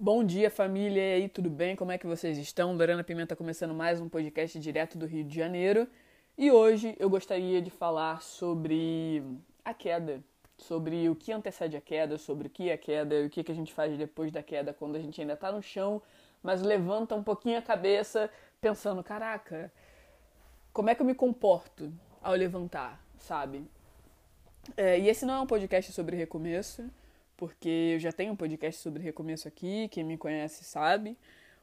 Bom dia, família. E aí, tudo bem? Como é que vocês estão? Lorena Pimenta começando mais um podcast direto do Rio de Janeiro. E hoje eu gostaria de falar sobre a queda, sobre o que antecede a queda, sobre o que é a queda e o que a gente faz depois da queda quando a gente ainda tá no chão, mas levanta um pouquinho a cabeça pensando, caraca, como é que eu me comporto ao levantar, sabe? E esse não é um podcast sobre recomeço, porque eu já tenho um podcast sobre recomeço aqui, quem me conhece sabe,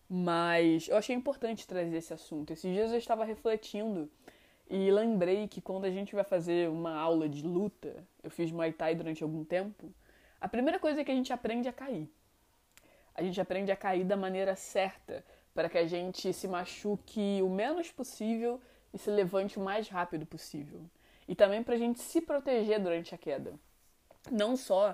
mas eu achei importante trazer esse assunto. Esses dias eu estava refletindo e lembrei que quando a gente vai fazer uma aula de luta, eu fiz Muay Thai durante algum tempo, a primeira coisa que a gente aprende é cair. A gente aprende a cair da maneira certa, para que a gente se machuque o menos possível e se levante o mais rápido possível. E também para a gente se proteger durante a queda. Não só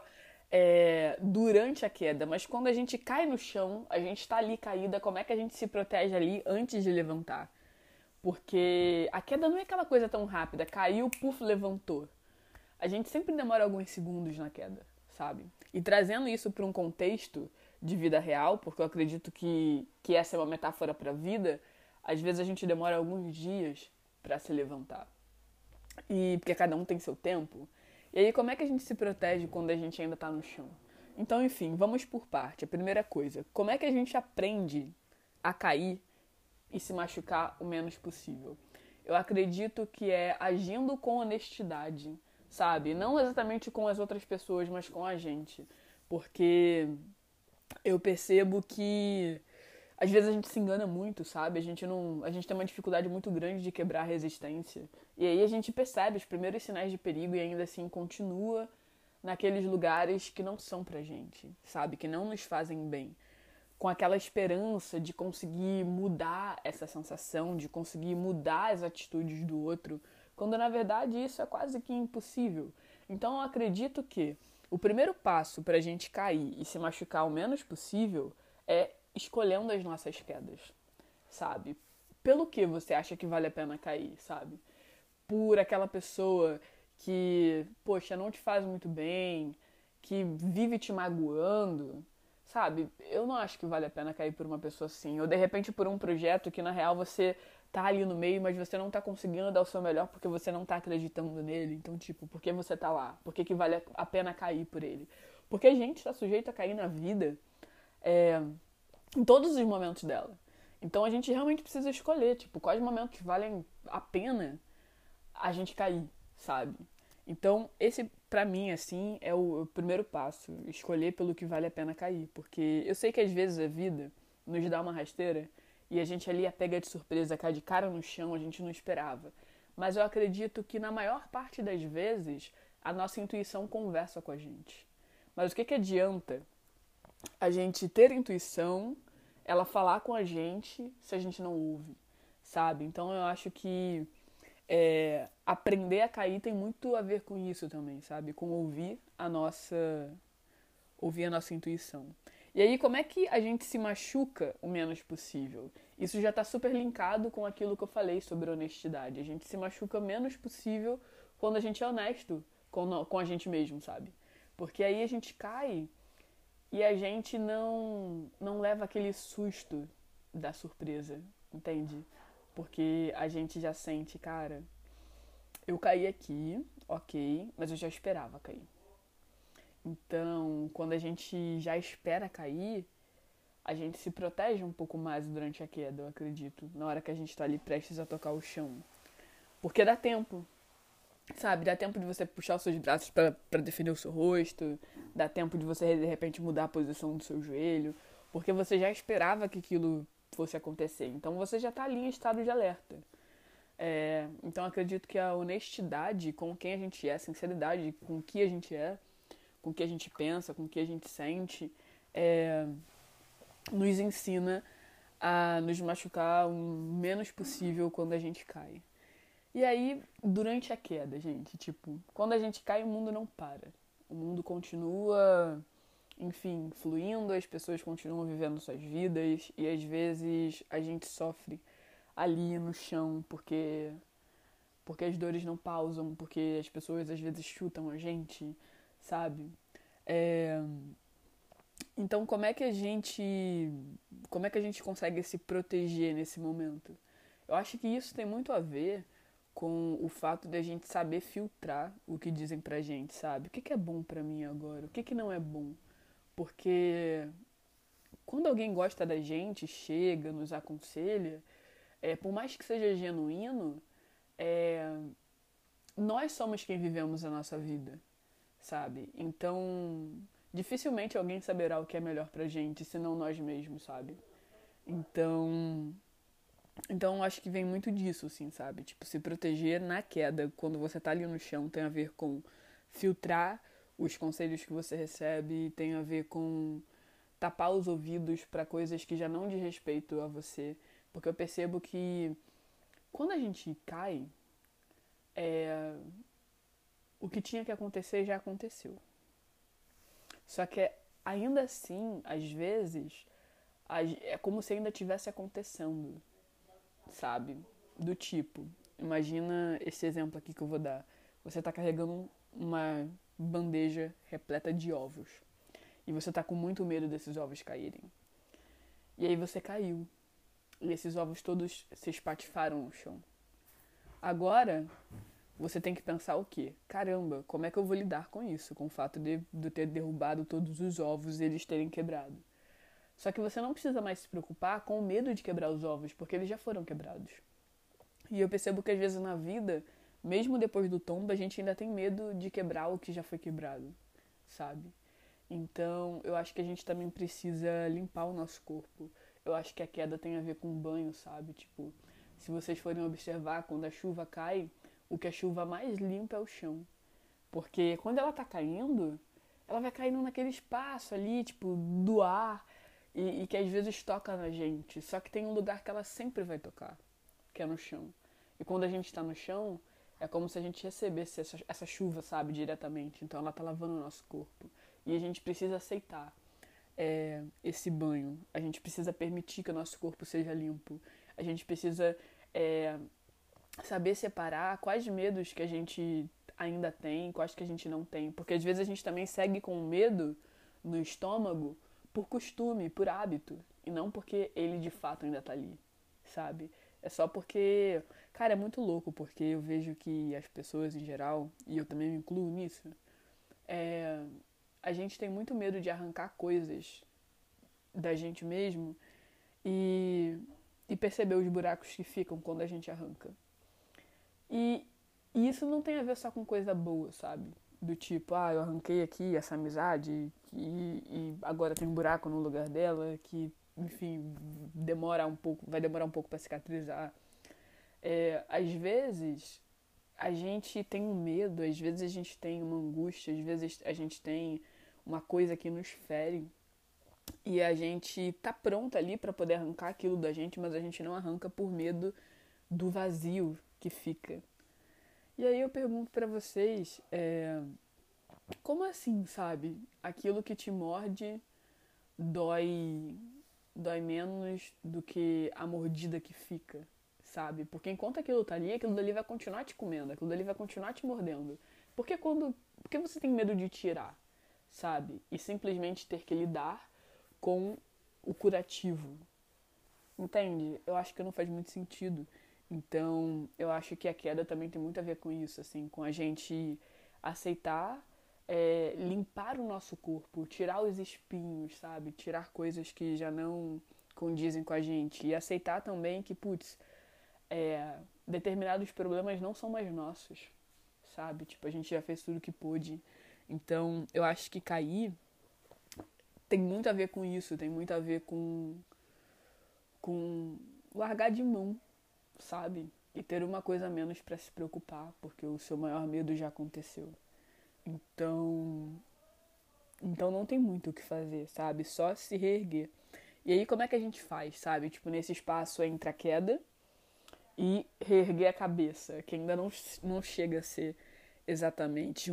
durante a queda, mas quando a gente cai no chão, a gente está ali caída, como é que a gente se protege ali antes de levantar? Porque a queda não é aquela coisa tão rápida, caiu, puf, levantou. A gente sempre demora alguns segundos na queda, sabe? E trazendo isso para um contexto de vida real, porque eu acredito que essa é uma metáfora para a vida, às vezes a gente demora alguns dias para se levantar. E porque cada um tem seu tempo. E aí, como é que a gente se protege quando a gente ainda está no chão? Então, enfim, vamos por parte. A primeira coisa, como é que a gente aprende a cair e se machucar o menos possível? Eu acredito que é agindo com honestidade, sabe? Não exatamente com as outras pessoas, mas com a gente. Porque eu percebo que às vezes a gente se engana muito, sabe? A gente tem uma dificuldade muito grande de quebrar a resistência. E aí a gente percebe os primeiros sinais de perigo e ainda assim continua naqueles lugares que não são pra gente, sabe? Que não nos fazem bem. Com aquela esperança de conseguir mudar essa sensação, de conseguir mudar as atitudes do outro, quando na verdade isso é quase que impossível. Então eu acredito que o primeiro passo para a gente cair e se machucar o menos possível é escolhendo as nossas quedas, sabe? Pelo que você acha que vale a pena cair, sabe? Por aquela pessoa que, poxa, não te faz muito bem, que vive te magoando, sabe? Eu não acho que vale a pena cair por uma pessoa assim. Ou de repente por um projeto que na real você tá ali no meio, mas você não tá conseguindo dar o seu melhor porque você não tá acreditando nele. Então, tipo, por que você tá lá? Por que vale a pena cair por ele? Porque a gente tá sujeito a cair na vida é, em todos os momentos dela. Então a gente realmente precisa escolher, tipo, quais momentos valem a pena a gente cair, sabe? Então, esse pra mim, assim, é o primeiro passo. Escolher pelo que vale a pena cair. Porque eu sei que às vezes a vida nos dá uma rasteira e a gente ali é pega de surpresa, cai de cara no chão, a gente não esperava. Mas eu acredito que na maior parte das vezes a nossa intuição conversa com a gente. Mas o que adianta a gente ter intuição, ela falar com a gente se a gente não ouve, sabe? Então eu acho que aprender a cair tem muito a ver com isso também, sabe? Com ouvir a nossa intuição. E aí, como é que a gente se machuca o menos possível? Isso já está super linkado com aquilo que eu falei sobre honestidade. A gente se machuca o menos possível quando a gente é honesto com a gente mesmo, sabe? Porque aí a gente cai e a gente não leva aquele susto da surpresa, entende? Porque a gente já sente, cara, eu caí aqui, ok, mas eu já esperava cair. Então, quando a gente já espera cair, a gente se protege um pouco mais durante a queda, eu acredito, na hora que a gente tá ali prestes a tocar o chão. Porque dá tempo, sabe? Dá tempo de você puxar os seus braços para defender o seu rosto, dá tempo de você de repente mudar a posição do seu joelho, porque você já esperava que aquilo fosse acontecer. Então você já tá ali em estado de alerta. Então acredito que a honestidade com quem a gente é, a sinceridade com o que a gente é, com o que a gente pensa, com o que a gente sente, nos ensina a nos machucar o menos possível quando a gente cai. E aí, durante a queda, gente, tipo, quando a gente cai, o mundo não para. O mundo continua, enfim, fluindo, as pessoas continuam vivendo suas vidas e às vezes a gente sofre ali no chão porque as dores não pausam, porque as pessoas às vezes chutam a gente, sabe? É, Então, como é que a gente consegue se proteger nesse momento? Eu acho que isso tem muito a ver com o fato de a gente saber filtrar o que dizem pra gente, sabe? O que é bom pra mim agora? O que não é bom? Porque quando alguém gosta da gente, chega, nos aconselha, por mais que seja genuíno, é, nós somos quem vivemos a nossa vida, sabe? Então, dificilmente alguém saberá o que é melhor pra gente, senão nós mesmos, sabe? Então, então acho que vem muito disso, assim, sabe? Tipo, se proteger na queda, quando você tá ali no chão, tem a ver com filtrar os conselhos que você recebe, tem a ver com tapar os ouvidos para coisas que já não diz respeito a você. Porque eu percebo que quando a gente cai, é, o que tinha que acontecer já aconteceu. Só que ainda assim, às vezes, é como se ainda tivesse acontecendo, sabe? Do tipo, imagina esse exemplo aqui que eu vou dar. Você tá carregando uma bandeja repleta de ovos. E você tá com muito medo desses ovos caírem. E aí você caiu. E esses ovos todos se espatifaram no chão. Agora, você tem que pensar o quê? Caramba, como é que eu vou lidar com isso? Com o fato de ter derrubado todos os ovos e eles terem quebrado. Só que você não precisa mais se preocupar com o medo de quebrar os ovos, porque eles já foram quebrados. E eu percebo que às vezes na vida, mesmo depois do tombo, a gente ainda tem medo de quebrar o que já foi quebrado, sabe? Então, eu acho que a gente também precisa limpar o nosso corpo. Eu acho que a queda tem a ver com banho, sabe? Tipo, se vocês forem observar, quando a chuva cai, o que a chuva mais limpa é o chão. Porque quando ela tá caindo, ela vai caindo naquele espaço ali, tipo, do ar, e que às vezes toca na gente. Só que tem um lugar que ela sempre vai tocar, que é no chão. E quando a gente tá no chão, é como se a gente recebesse essa chuva, sabe, diretamente. Então ela tá lavando o nosso corpo. E a gente precisa aceitar esse banho. A gente precisa permitir que o nosso corpo seja limpo. A gente precisa é, saber separar quais medos que a gente ainda tem, quais que a gente não tem. Porque às vezes a gente também segue com medo no estômago por costume, por hábito. E não porque ele de fato ainda tá ali, sabe? É só porque, cara, é muito louco, porque eu vejo que as pessoas em geral, e eu também me incluo nisso, é, a gente tem muito medo de arrancar coisas da gente mesmo e, e perceber os buracos que ficam quando a gente arranca. E, e isso não tem a ver só com coisa boa, sabe? Do tipo, eu arranquei aqui essa amizade e agora tem um buraco no lugar dela que, enfim, vai demorar um pouco para cicatrizar. Às vezes a gente tem um medo, às vezes a gente tem uma angústia, às vezes a gente tem uma coisa que nos fere e a gente tá pronta ali para poder arrancar aquilo da gente, mas a gente não arranca por medo do vazio que fica. E aí eu pergunto para vocês, como assim, sabe? Aquilo que te morde dói, dói menos do que a mordida que fica, sabe? Porque enquanto aquilo dali vai continuar te comendo, aquilo dali vai continuar te mordendo. Porque você tem medo de tirar, sabe? E simplesmente ter que lidar com o curativo. Entende? Eu acho que não faz muito sentido. Então, eu acho que a queda também tem muito a ver com isso, assim, com a gente aceitar, limpar o nosso corpo, tirar os espinhos, sabe? Tirar coisas que já não condizem com a gente. E aceitar também que, putz, determinados problemas não são mais nossos, sabe? Tipo, a gente já fez tudo que pôde. Então, eu acho que cair tem muito a ver com isso, tem muito a ver com largar de mão, sabe? E ter uma coisa a menos para se preocupar, porque o seu maior medo já aconteceu. Então, então não tem muito o que fazer, sabe? Só se reerguer. E aí como é que a gente faz, sabe? Tipo, nesse espaço entre a queda e reerguer a cabeça, que ainda não chega a ser exatamente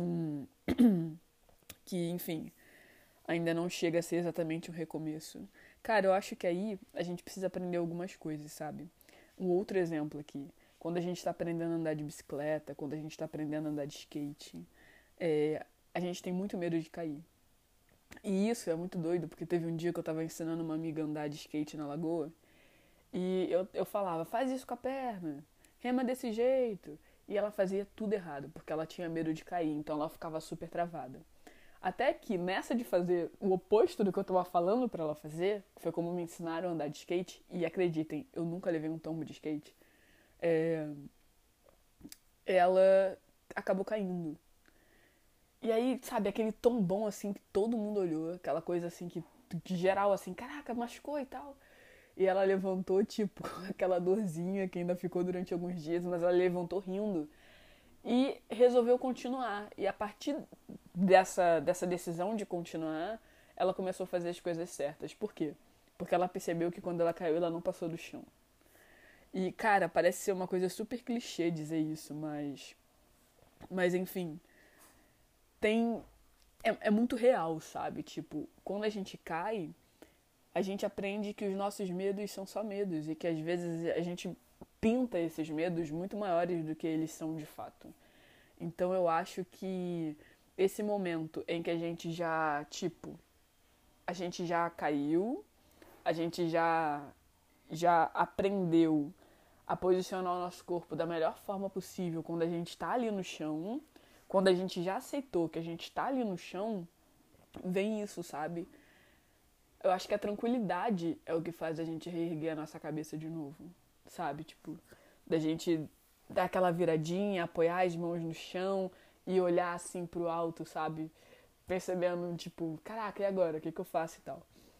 que, enfim, ainda não chega a ser exatamente um recomeço. Cara, eu acho que aí a gente precisa aprender algumas coisas, sabe? Um outro exemplo aqui. Quando a gente está aprendendo a andar de bicicleta, quando a gente está aprendendo a andar de skate, a gente tem muito medo de cair. E isso é muito doido, porque teve um dia que eu tava ensinando uma amiga a andar de skate na lagoa. E eu falava, faz isso com a perna, rema desse jeito. E ela fazia tudo errado, porque ela tinha medo de cair, então ela ficava super travada. Até que nessa de fazer o oposto do que eu tava falando pra ela fazer, que foi como me ensinaram a andar de skate, e acreditem, eu nunca levei um tombo de skate, é, ela acabou caindo. E aí, sabe, aquele tombão assim que todo mundo olhou, aquela coisa assim que geral assim, caraca, machucou e tal. E ela levantou, tipo, aquela dorzinha que ainda ficou durante alguns dias, mas ela levantou rindo e resolveu continuar. E a partir dessa decisão de continuar, ela começou a fazer as coisas certas. Por quê? Porque ela percebeu que quando ela caiu, ela não passou do chão. E, cara, parece ser uma coisa super clichê dizer isso, mas enfim, tem. É muito real, sabe? Tipo, quando a gente cai, a gente aprende que os nossos medos são só medos e que às vezes a gente pinta esses medos muito maiores do que eles são de fato. Então eu acho que esse momento em que a gente já, tipo, a gente já caiu, a gente já aprendeu a posicionar o nosso corpo da melhor forma possível quando a gente está ali no chão, quando a gente já aceitou que a gente está ali no chão, vem isso, sabe? Eu acho que a tranquilidade é o que faz a gente reerguer a nossa cabeça de novo, sabe? Tipo, da gente dar aquela viradinha, apoiar as mãos no chão e olhar assim pro alto, sabe? Percebendo, tipo, caraca, e agora? O que eu faço e tal?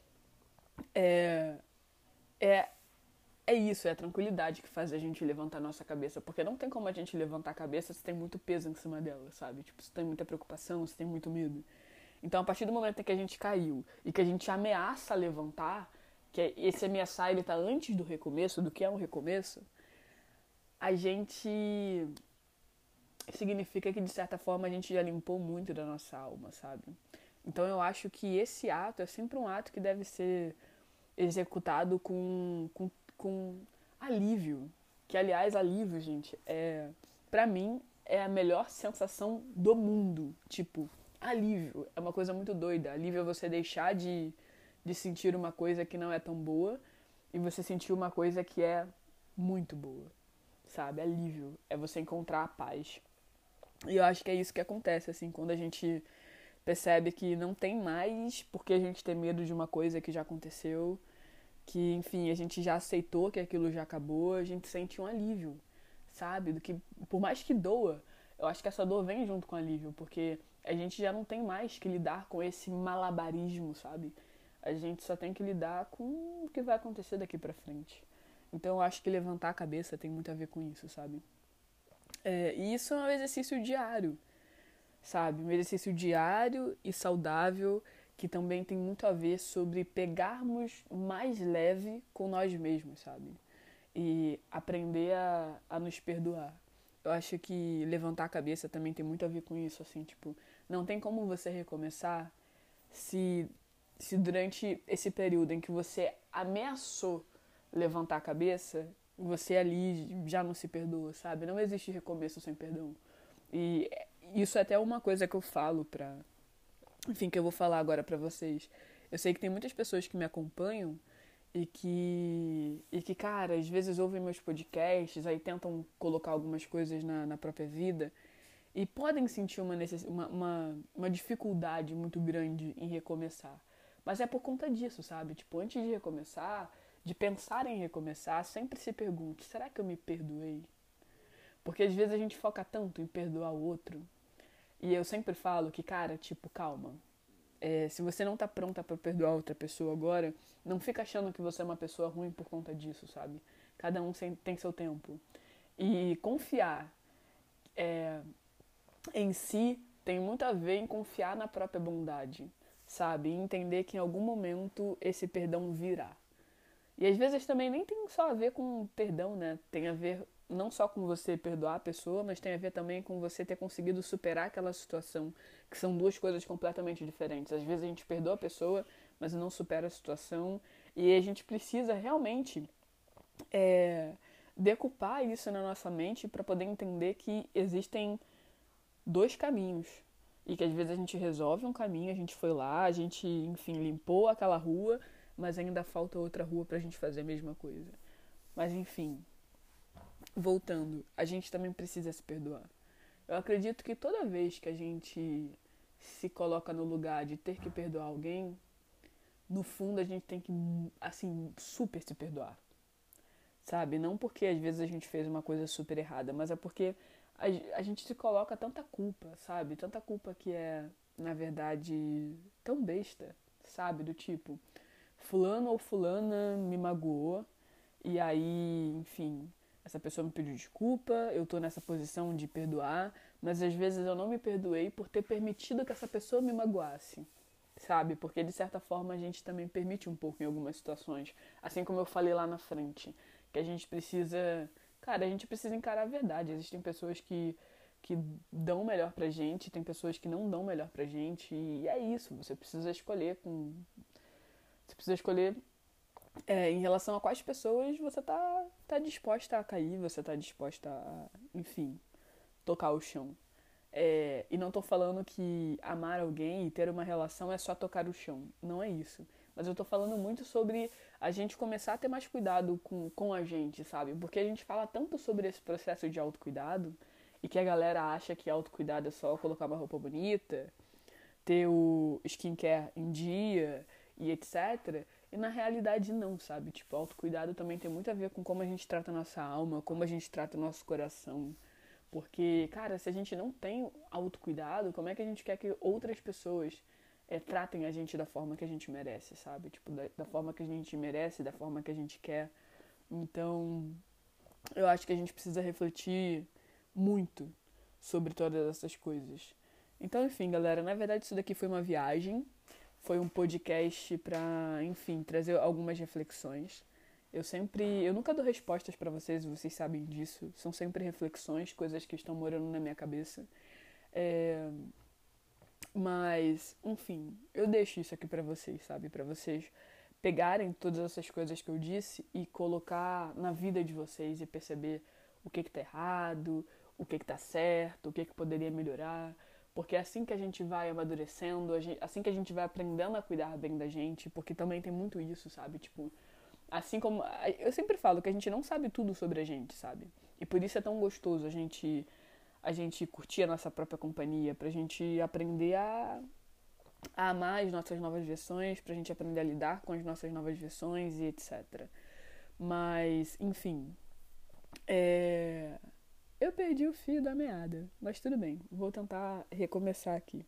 É, é, é isso, é a tranquilidade que faz a gente levantar a nossa cabeça. Porque não tem como a gente levantar a cabeça se tem muito peso em cima dela, sabe? Tipo, se tem muita preocupação, se tem muito medo. Então, a partir do momento em que a gente caiu e que a gente ameaça levantar, esse ameaçar ele tá antes do recomeço, do que é um recomeço, a gente significa que de certa forma a gente já limpou muito da nossa alma, sabe? Então eu acho que esse ato é sempre um ato que deve ser executado com alívio. Que aliás, alívio, gente, pra mim é a melhor sensação do mundo. Tipo, alívio é uma coisa muito doida. Alívio é você deixar de sentir uma coisa que não é tão boa e você sentir uma coisa que é muito boa, sabe? Alívio é você encontrar a paz. E eu acho que é isso que acontece, assim, quando a gente percebe que não tem mais porque a gente tem medo de uma coisa que já aconteceu, que, enfim, a gente já aceitou que aquilo já acabou, a gente sente um alívio, sabe? Do que, por mais que doa, eu acho que essa dor vem junto com o alívio, porque a gente já não tem mais que lidar com esse malabarismo, sabe? A gente só tem que lidar com o que vai acontecer daqui pra frente. Então eu acho que levantar a cabeça tem muito a ver com isso, sabe? E isso é um exercício diário, sabe? Um exercício diário e saudável que também tem muito a ver sobre pegarmos mais leve com nós mesmos, sabe? E aprender a nos perdoar. Eu acho que levantar a cabeça também tem muito a ver com isso, assim, tipo, não tem como você recomeçar se, se durante esse período em que você ameaçou levantar a cabeça, você ali já não se perdoa, sabe? Não existe recomeço sem perdão. E isso é até uma coisa que eu falo pra... Enfim, que eu vou falar agora pra vocês. Eu sei que tem muitas pessoas que me acompanham e que, cara, às vezes ouvem meus podcasts, aí tentam colocar algumas coisas na própria vida e podem sentir uma dificuldade muito grande em recomeçar. Mas é por conta disso, sabe? Tipo, antes de recomeçar, de pensar em recomeçar, sempre se pergunte, será que eu me perdoei? Porque às vezes a gente foca tanto em perdoar o outro. E eu sempre falo que, cara, tipo, calma. Se você não tá pronta pra perdoar outra pessoa agora, não fica achando que você é uma pessoa ruim por conta disso, sabe? Cada um tem seu tempo. E confiar em si tem muito a ver em confiar na própria bondade, sabe? E entender que em algum momento esse perdão virá. E às vezes também nem tem só a ver com perdão, né? Tem a ver não só com você perdoar a pessoa, mas tem a ver também com você ter conseguido superar aquela situação, que são duas coisas completamente diferentes. Às vezes a gente perdoa a pessoa, mas não supera a situação, e a gente precisa realmente decupar isso na nossa mente para poder entender que existem dois caminhos, e que às vezes a gente resolve um caminho, a gente foi lá, a gente, enfim, limpou aquela rua, mas ainda falta outra rua pra gente fazer a mesma coisa. Mas enfim, voltando, a gente também precisa se perdoar. Eu acredito que toda vez que a gente se coloca no lugar de ter que perdoar alguém, no fundo a gente tem que, assim, super se perdoar. Sabe? Não porque às vezes a gente fez uma coisa super errada, mas é porque a gente se coloca tanta culpa, sabe? Tanta culpa que é, na verdade, tão besta, sabe? Do tipo, fulano ou fulana me magoou e aí, enfim, essa pessoa me pediu desculpa, eu tô nessa posição de perdoar, mas às vezes eu não me perdoei por ter permitido que essa pessoa me magoasse, sabe? Porque de certa forma a gente também permite um pouco em algumas situações, assim como eu falei lá na frente, que a gente precisa, cara, a gente precisa encarar a verdade. Existem pessoas que dão o melhor pra gente, tem pessoas que não dão o melhor pra gente, e é isso, você precisa escolher em relação a quais pessoas você tá disposta a cair, você tá disposta a, enfim, tocar o chão. E não tô falando que amar alguém e ter uma relação é só tocar o chão. Não é isso. Mas eu tô falando muito sobre a gente começar a ter mais cuidado com a gente, sabe? Porque a gente fala tanto sobre esse processo de autocuidado e que a galera acha que autocuidado é só colocar uma roupa bonita, ter o skincare em dia e etc. E na realidade não, sabe? Tipo, autocuidado também tem muito a ver com como a gente trata a nossa alma, como a gente trata o nosso coração. Porque, cara, se a gente não tem autocuidado, como é que a gente quer que outras pessoas tratem a gente da forma que a gente merece, sabe? Tipo, da forma que a gente merece, da forma que a gente quer. Então, eu acho que a gente precisa refletir muito sobre todas essas coisas. Então, enfim, galera, na verdade isso daqui foi uma viagem, foi um podcast pra, enfim, trazer algumas reflexões. Eu nunca dou respostas pra vocês, vocês sabem disso. São sempre reflexões, coisas que estão morando na minha cabeça. É, mas, enfim, eu deixo isso aqui pra vocês, sabe? Pra vocês pegarem todas essas coisas que eu disse e colocar na vida de vocês e perceber o que tá errado, o que tá certo, o que poderia melhorar. Porque é assim que a gente vai amadurecendo, assim que a gente vai aprendendo a cuidar bem da gente, porque também tem muito isso, sabe? Tipo, assim como. Eu sempre falo que a gente não sabe tudo sobre a gente, sabe? E por isso é tão gostoso a gente curtir a nossa própria companhia, pra gente aprender a amar as nossas novas versões, pra gente aprender a lidar com as nossas novas versões e etc. Mas, enfim. Eu perdi o fio da meada, mas tudo bem, vou tentar recomeçar aqui.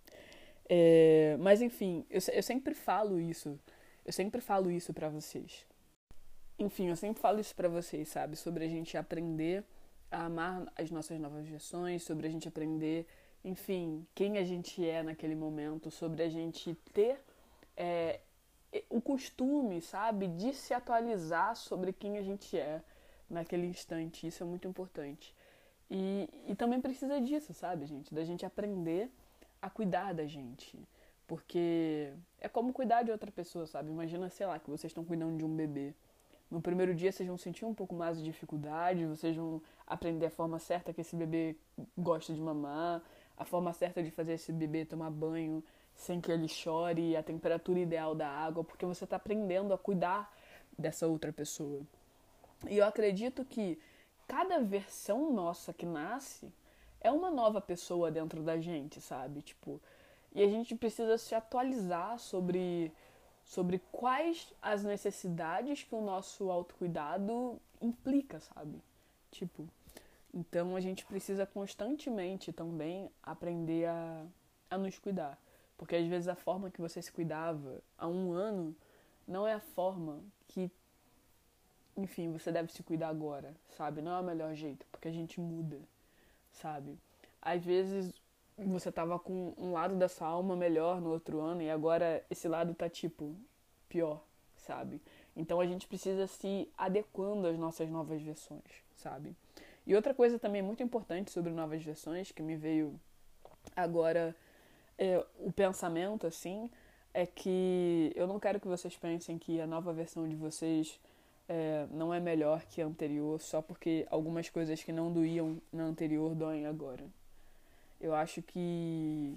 Mas enfim, eu sempre falo isso. Eu sempre falo isso pra vocês. Enfim, eu sempre falo isso pra vocês, sabe? Sobre a gente aprender a amar as nossas novas versões, sobre a gente aprender, enfim, quem a gente é naquele momento, sobre a gente ter é, o costume, sabe, de se atualizar sobre quem a gente é naquele instante. Isso é muito importante. E também precisa disso, sabe, gente? Da gente aprender a cuidar da gente. Porque é como cuidar de outra pessoa, sabe? Imagina, sei lá, que vocês estão cuidando de um bebê. No primeiro dia vocês vão sentir um pouco mais de dificuldade, vocês vão aprender a forma certa que esse bebê gosta de mamar, a forma certa de fazer esse bebê tomar banho sem que ele chore, a temperatura ideal da água, porque você está aprendendo a cuidar dessa outra pessoa. E eu acredito que cada versão nossa que nasce é uma nova pessoa dentro da gente, sabe? Tipo, e a gente precisa se atualizar sobre quais as necessidades que o nosso autocuidado implica, sabe? Tipo, então a gente precisa constantemente também aprender a nos cuidar. Porque às vezes a forma que você se cuidava há um ano não é a forma que, enfim, você deve se cuidar agora, sabe? Não é o melhor jeito, porque a gente muda, sabe? Às vezes você tava com um lado da sua alma melhor no outro ano e agora esse lado tá tipo pior, sabe? Então a gente precisa se adequando às nossas novas versões, sabe? E outra coisa também muito importante sobre novas versões que me veio agora o pensamento assim é que eu não quero que vocês pensem que a nova versão de vocês não é melhor que a anterior só porque algumas coisas que não doíam na anterior doem agora. Eu acho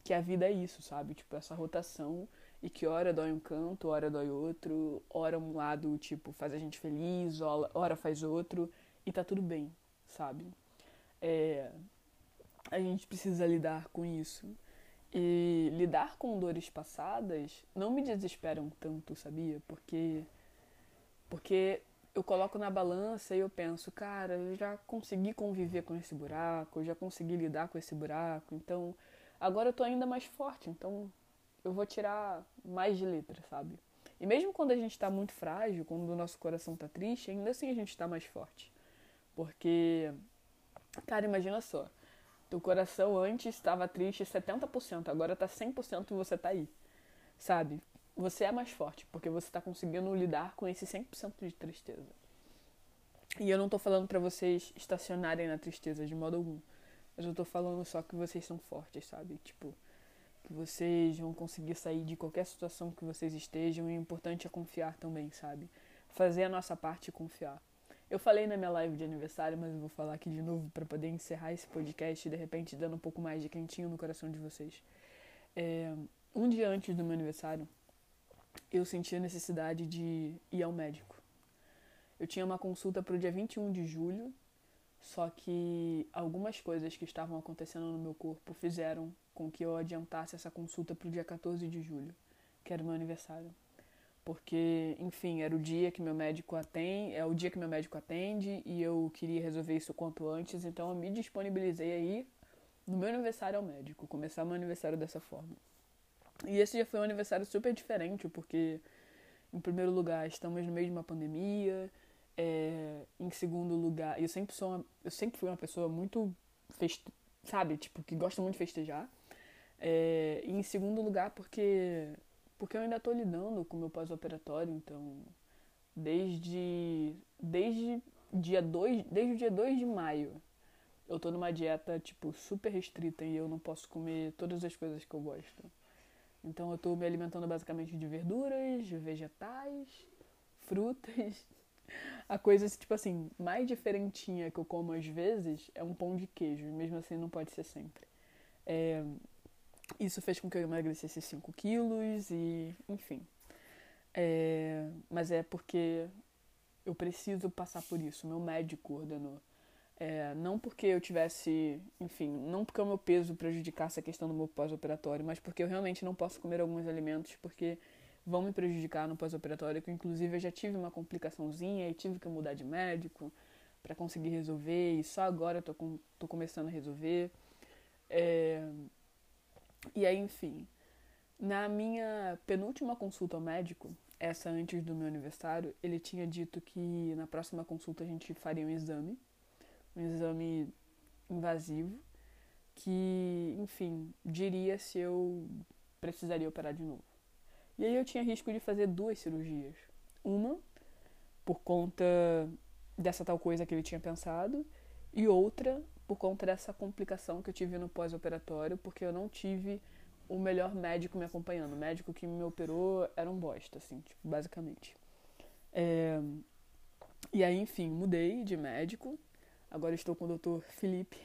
que a vida é isso, sabe? Tipo, essa rotação e que hora dói um canto, hora dói outro, hora um lado, tipo, faz a gente feliz, hora faz outro e tá tudo bem, sabe? É, a gente precisa lidar com isso. E lidar com dores passadas não me desesperam tanto, sabia? Porque eu coloco na balança e eu penso, cara, eu já consegui conviver com esse buraco, eu já consegui lidar com esse buraco, então agora eu tô ainda mais forte, então eu vou tirar mais de letra, sabe? E mesmo quando a gente tá muito frágil, quando o nosso coração tá triste, ainda assim a gente tá mais forte. Porque, cara, imagina só, teu coração antes estava triste 70%, agora tá 100% e você tá aí, sabe? Você é mais forte, porque você tá conseguindo lidar com esse 100% de tristeza. E eu não tô falando pra vocês estacionarem na tristeza de modo algum. Mas eu tô falando só que vocês são fortes, sabe? Tipo, que vocês vão conseguir sair de qualquer situação que vocês estejam. E o importante é confiar também, sabe? Fazer a nossa parte e confiar. Eu falei na minha live de aniversário, mas eu vou falar aqui de novo pra poder encerrar esse podcast e de repente dando um pouco mais de quentinho no coração de vocês. Um dia antes do meu aniversário, eu senti a necessidade de ir ao médico. Eu tinha uma consulta para o dia 21 de julho, só que algumas coisas que estavam acontecendo no meu corpo fizeram com que eu adiantasse essa consulta para o dia 14 de julho, que era o meu aniversário. Porque, enfim, era o dia que meu médico atende, é o dia que meu médico atende e eu queria resolver isso o quanto antes, então eu me disponibilizei aí no meu aniversário ao médico, começar meu aniversário dessa forma. E esse já foi um aniversário super diferente, porque, em primeiro lugar, estamos no meio de uma pandemia. Em segundo lugar, eu sempre fui uma pessoa muito, sabe, tipo, que gosta muito de festejar. E em segundo lugar, porque eu ainda tô lidando com o meu pós-operatório, então, desde desde o dia 2 de maio, eu tô numa dieta, tipo, super restrita e eu não posso comer todas as coisas que eu gosto. Então eu tô me alimentando basicamente de verduras, vegetais, frutas. A coisa, tipo assim, mais diferentinha que eu como às vezes é um pão de queijo. Mesmo assim, não pode ser sempre. É, isso fez com que eu emagrecesse 5 quilos e, enfim. Mas é porque eu preciso passar por isso. Meu médico ordenou. Não porque eu tivesse, enfim, não porque o meu peso prejudicasse a questão do meu pós-operatório, mas porque eu realmente não posso comer alguns alimentos porque vão me prejudicar no pós-operatório, que inclusive eu já tive uma complicaçãozinha e tive que mudar de médico para conseguir resolver e só agora eu tô começando a resolver. E aí, enfim, na minha penúltima consulta ao médico, essa antes do meu aniversário, ele tinha dito que na próxima consulta a gente faria um exame invasivo, que, enfim, diria se eu precisaria operar de novo. E aí eu tinha risco de fazer 2 cirurgias. Uma, por conta dessa tal coisa que ele tinha pensado, e outra, por conta dessa complicação que eu tive no pós-operatório, porque eu não tive o melhor médico me acompanhando. O médico que me operou era um bosta, assim, tipo, basicamente. E aí, enfim, mudei de médico. Agora estou com o Dr. Felipe.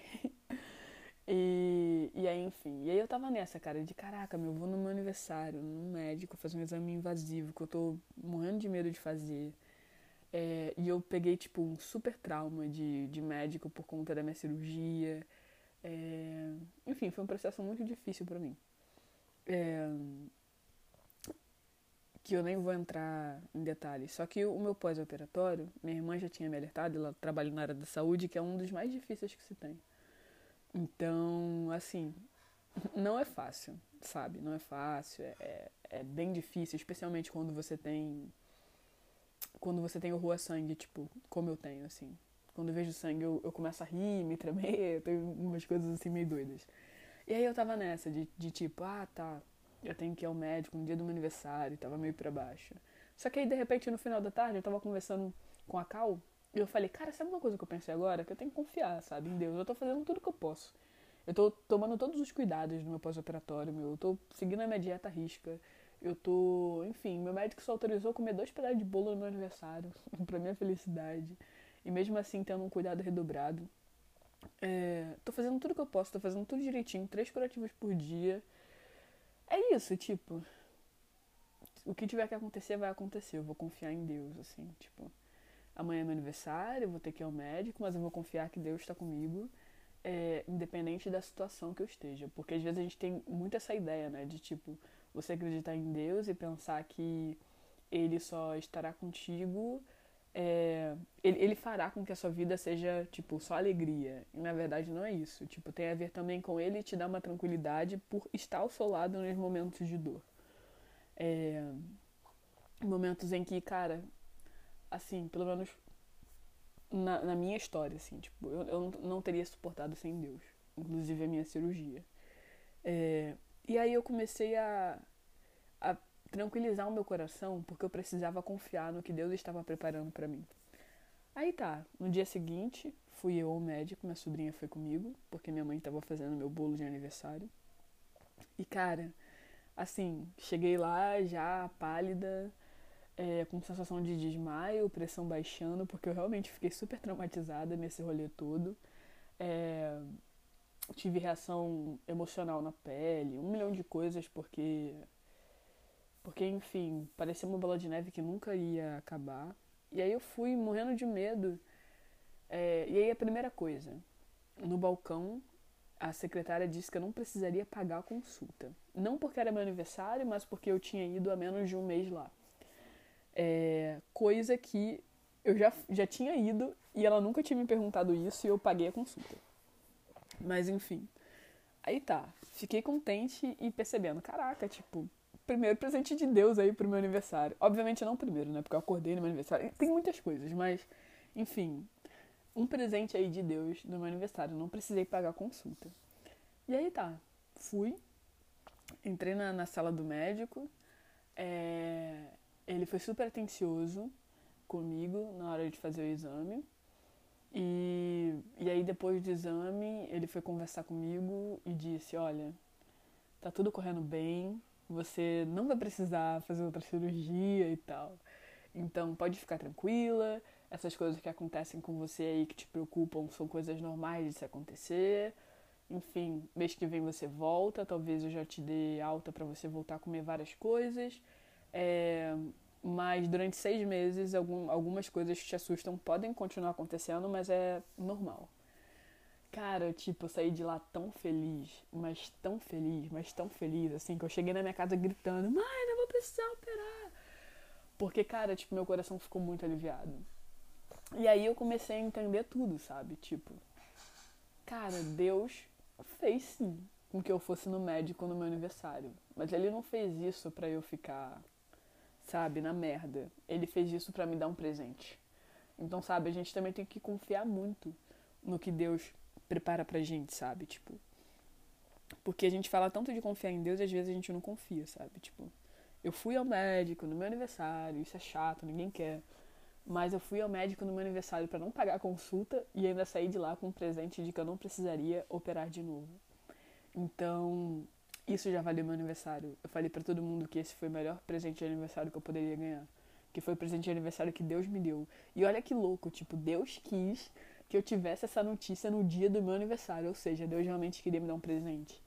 E aí, enfim. E aí eu tava nessa, cara, de caraca, eu vou no meu aniversário, no médico, fazer um exame invasivo, que eu tô morrendo de medo de fazer. E eu peguei, tipo, um super trauma de médico por conta da minha cirurgia. Enfim, foi um processo muito difícil pra mim. Que eu nem vou entrar em detalhes. Só que o meu pós-operatório, minha irmã já tinha me alertado, ela trabalha na área da saúde, que é um dos mais difíceis que se tem. Então, assim, não é fácil, sabe? Não é fácil, é bem difícil, especialmente quando você tem horror a sangue, tipo, como eu tenho, assim. Quando eu vejo sangue, eu começo a rir, me tremer, eu tenho umas coisas assim meio doidas. E aí eu tava nessa, de tipo, tá, eu tenho que ir ao médico no dia do meu aniversário, tava meio pra baixo. Só que aí, de repente, no final da tarde, eu tava conversando com a Cal, e eu falei, cara, sabe uma coisa que eu pensei agora? Que eu tenho que confiar, sabe, em Deus. Eu tô fazendo tudo que eu posso. Eu tô tomando todos os cuidados no meu pós-operatório, eu tô seguindo a minha dieta à risca. Eu tô, enfim, meu médico só autorizou comer 2 pedaços de bolo no meu aniversário, pra minha felicidade. E mesmo assim, tendo um cuidado redobrado. Tô fazendo tudo que eu posso, tô fazendo tudo direitinho, 3 curativos por dia. é isso, tipo, o que tiver que acontecer, vai acontecer. Eu vou confiar em Deus, assim, tipo, amanhã é meu aniversário, eu vou ter que ir ao médico, mas eu vou confiar que Deus está comigo, independente da situação que eu esteja. Porque às vezes a gente tem muito essa ideia, né, de tipo, você acreditar em Deus e pensar que Ele só estará contigo, ele fará com que a sua vida seja, tipo, só alegria. E na verdade não é isso. Tipo, tem a ver também com Ele te dar uma tranquilidade por estar ao seu lado nos momentos de dor. É, momentos em que, cara, assim, pelo menos na minha história, assim, tipo, eu não teria suportado sem Deus. Inclusive a minha cirurgia. É, e aí eu comecei a tranquilizar o meu coração, porque eu precisava confiar no que Deus estava preparando pra mim. Aí tá, no dia seguinte, fui eu ao médico, minha sobrinha foi comigo, porque minha mãe estava fazendo meu bolo de aniversário. E cara, assim, cheguei lá já pálida, com sensação de desmaio, pressão baixando, porque eu realmente fiquei super traumatizada nesse rolê todo. É, tive reação emocional na pele, um milhão de coisas, porque enfim, parecia uma bola de neve que nunca ia acabar. E aí eu fui morrendo de medo. E aí a primeira coisa, no balcão, a secretária disse que eu não precisaria pagar a consulta. Não porque era meu aniversário, mas porque eu tinha ido há menos de um mês lá. Coisa que eu já tinha ido e ela nunca tinha me perguntado isso e eu paguei a consulta. Mas enfim. Aí tá, fiquei contente e percebendo, caraca, tipo, primeiro presente de Deus aí pro meu aniversário. Obviamente não primeiro, né? Porque eu acordei no meu aniversário. Tem muitas coisas, mas, enfim, um presente aí de Deus no meu aniversário. Não precisei pagar a consulta. E aí tá, fui, entrei na sala do médico. é, Ele foi super atencioso comigo na hora de fazer o exame. E aí depois do exame, ele foi conversar comigo e disse, olha, tá tudo correndo bem, você não vai precisar fazer outra cirurgia e tal. Então pode ficar tranquila, essas coisas que acontecem com você aí que te preocupam são coisas normais de se acontecer. Enfim, mês que vem você volta, talvez eu já te dê alta pra você voltar a comer várias coisas. É, mas durante 6 meses algumas coisas que te assustam podem continuar acontecendo, mas é normal. Cara, tipo, eu saí de lá tão feliz, mas tão feliz, mas tão feliz, assim, que eu cheguei na minha casa gritando, mãe, não vou precisar operar. Porque, cara, tipo, meu coração ficou muito aliviado. E aí eu comecei a entender tudo, sabe? Tipo, cara, Deus fez sim com que eu fosse no médico no meu aniversário. Mas ele não fez isso pra eu ficar, sabe, na merda. Ele fez isso pra me dar um presente. Então, sabe, a gente também tem que confiar muito no que Deus prepara pra gente, sabe? Tipo, porque a gente fala tanto de confiar em Deus e às vezes a gente não confia, sabe? Tipo, eu fui ao médico no meu aniversário, isso é chato, ninguém quer. Mas eu fui ao médico no meu aniversário pra não pagar a consulta e ainda saí de lá com um presente de que eu não precisaria operar de novo. Então, isso já valeu meu aniversário. Eu falei pra todo mundo que esse foi o melhor presente de aniversário que eu poderia ganhar. Que foi o presente de aniversário que Deus me deu. E olha que louco, tipo, Deus quis que eu tivesse essa notícia no dia do meu aniversário. Ou seja, Deus realmente queria me dar um presente.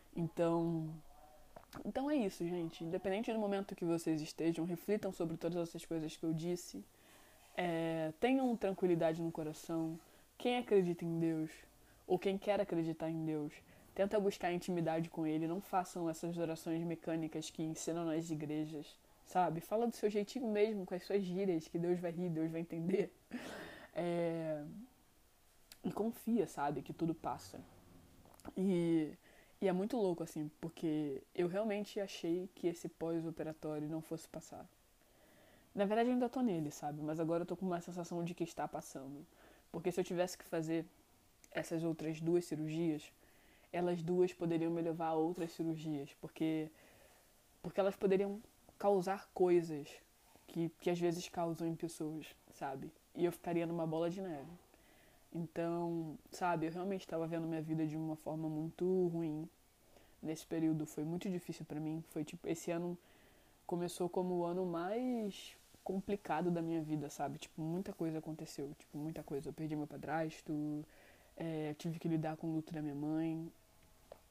Então é isso, gente. Independente do momento que vocês estejam, reflitam sobre todas essas coisas que eu disse. Tenham tranquilidade no coração. Quem acredita em Deus, ou quem quer acreditar em Deus, tenta buscar intimidade com Ele. Não façam essas orações mecânicas que ensinam nas igrejas, sabe? Fala do seu jeitinho mesmo, com as suas gírias, que Deus vai rir, Deus vai entender. É... E confia, sabe, que tudo passa. E, e é muito louco, assim, porque eu realmente achei que esse pós-operatório não fosse passar. Na verdade, eu ainda tô nele, sabe? Mas agora eu tô com uma sensação de que está passando. Porque se eu tivesse que fazer essas outras 2 cirurgias, elas duas poderiam me levar a outras cirurgias. Porque elas poderiam causar coisas que às vezes causam em pessoas, sabe? E eu ficaria numa bola de neve. Então, sabe, eu realmente estava vendo minha vida de uma forma muito ruim. Nesse período foi muito difícil pra mim. Foi tipo, esse ano começou como o ano mais complicado da minha vida, sabe? Tipo, muita coisa aconteceu, tipo, muita coisa. Eu perdi meu padrasto, tive que lidar com o luto da minha mãe.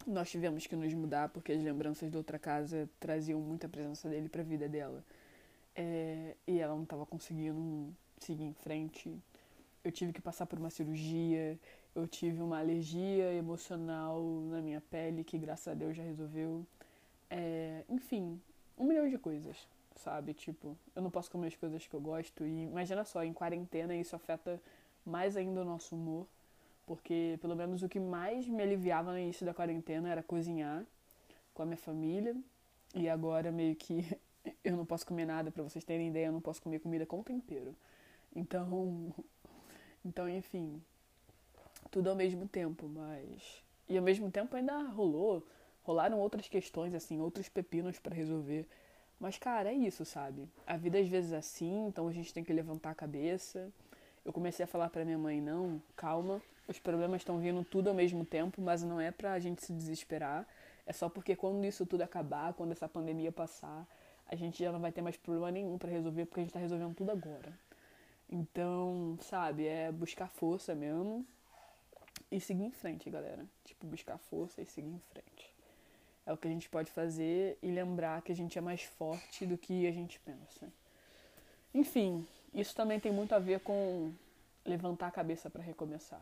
nós tivemos que nos mudar porque as lembranças da outra casa traziam muita presença dele pra vida dela. E ela não estava conseguindo seguir em frente. Eu tive que passar por uma cirurgia, eu tive uma alergia emocional na minha pele que graças a Deus já resolveu. Enfim, 1 milhão de coisas, sabe? Tipo, eu não posso comer as coisas que eu gosto e imagina só, em quarentena isso afeta mais ainda o nosso humor, porque pelo menos o que mais me aliviava no início da quarentena era cozinhar com a minha família e agora meio que eu não posso comer nada, pra vocês terem ideia, eu não posso comer comida com tempero. Então, enfim, tudo ao mesmo tempo, mas e ao mesmo tempo ainda rolaram outras questões assim, outros pepinos pra resolver. Mas cara, é isso, sabe? A vida às vezes é assim, então a gente tem que levantar a cabeça. Eu comecei a falar pra minha mãe, não, calma, os problemas estão vindo tudo ao mesmo tempo, mas não é pra gente se desesperar. É só porque quando isso tudo acabar, quando essa pandemia passar, a gente já não vai ter mais problema nenhum pra resolver, porque a gente tá resolvendo tudo agora. Então, sabe, é buscar força mesmo e seguir em frente, galera. Tipo, buscar força e seguir em frente. É o que a gente pode fazer e lembrar que a gente é mais forte do que a gente pensa. Enfim, isso também tem muito a ver com levantar a cabeça para recomeçar.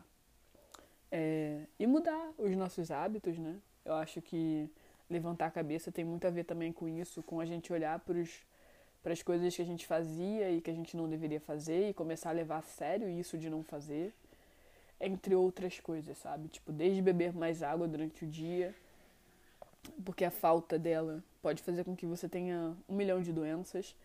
E mudar os nossos hábitos, né? Eu acho que levantar a cabeça tem muito a ver também com isso, com a gente olhar para as coisas que a gente fazia e que a gente não deveria fazer e começar a levar a sério isso de não fazer, entre outras coisas, sabe? Tipo, desde beber mais água durante o dia, porque a falta dela pode fazer com que você tenha 1 milhão de doenças,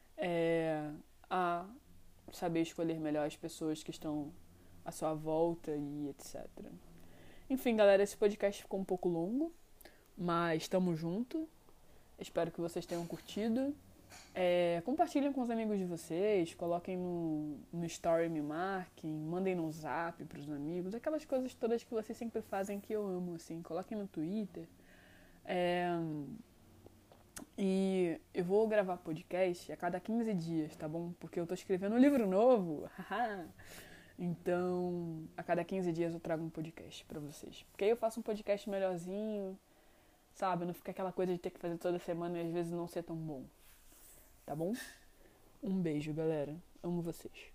a saber escolher melhor as pessoas que estão à sua volta e etc. Enfim, galera, esse podcast ficou um pouco longo, mas estamos junto. Espero que vocês tenham curtido. Compartilhem com os amigos de vocês, coloquem no story, me marquem, mandem no zap pros amigos, aquelas coisas todas que vocês sempre fazem que eu amo, assim, coloquem no Twitter. E eu vou gravar podcast a cada 15 dias, tá bom? Porque eu tô escrevendo um livro novo, então a cada 15 dias eu trago um podcast pra vocês. Porque aí eu faço um podcast melhorzinho, sabe? Não fica aquela coisa de ter que fazer toda semana e às vezes não ser tão bom. Tá bom? Um beijo, galera. Amo vocês.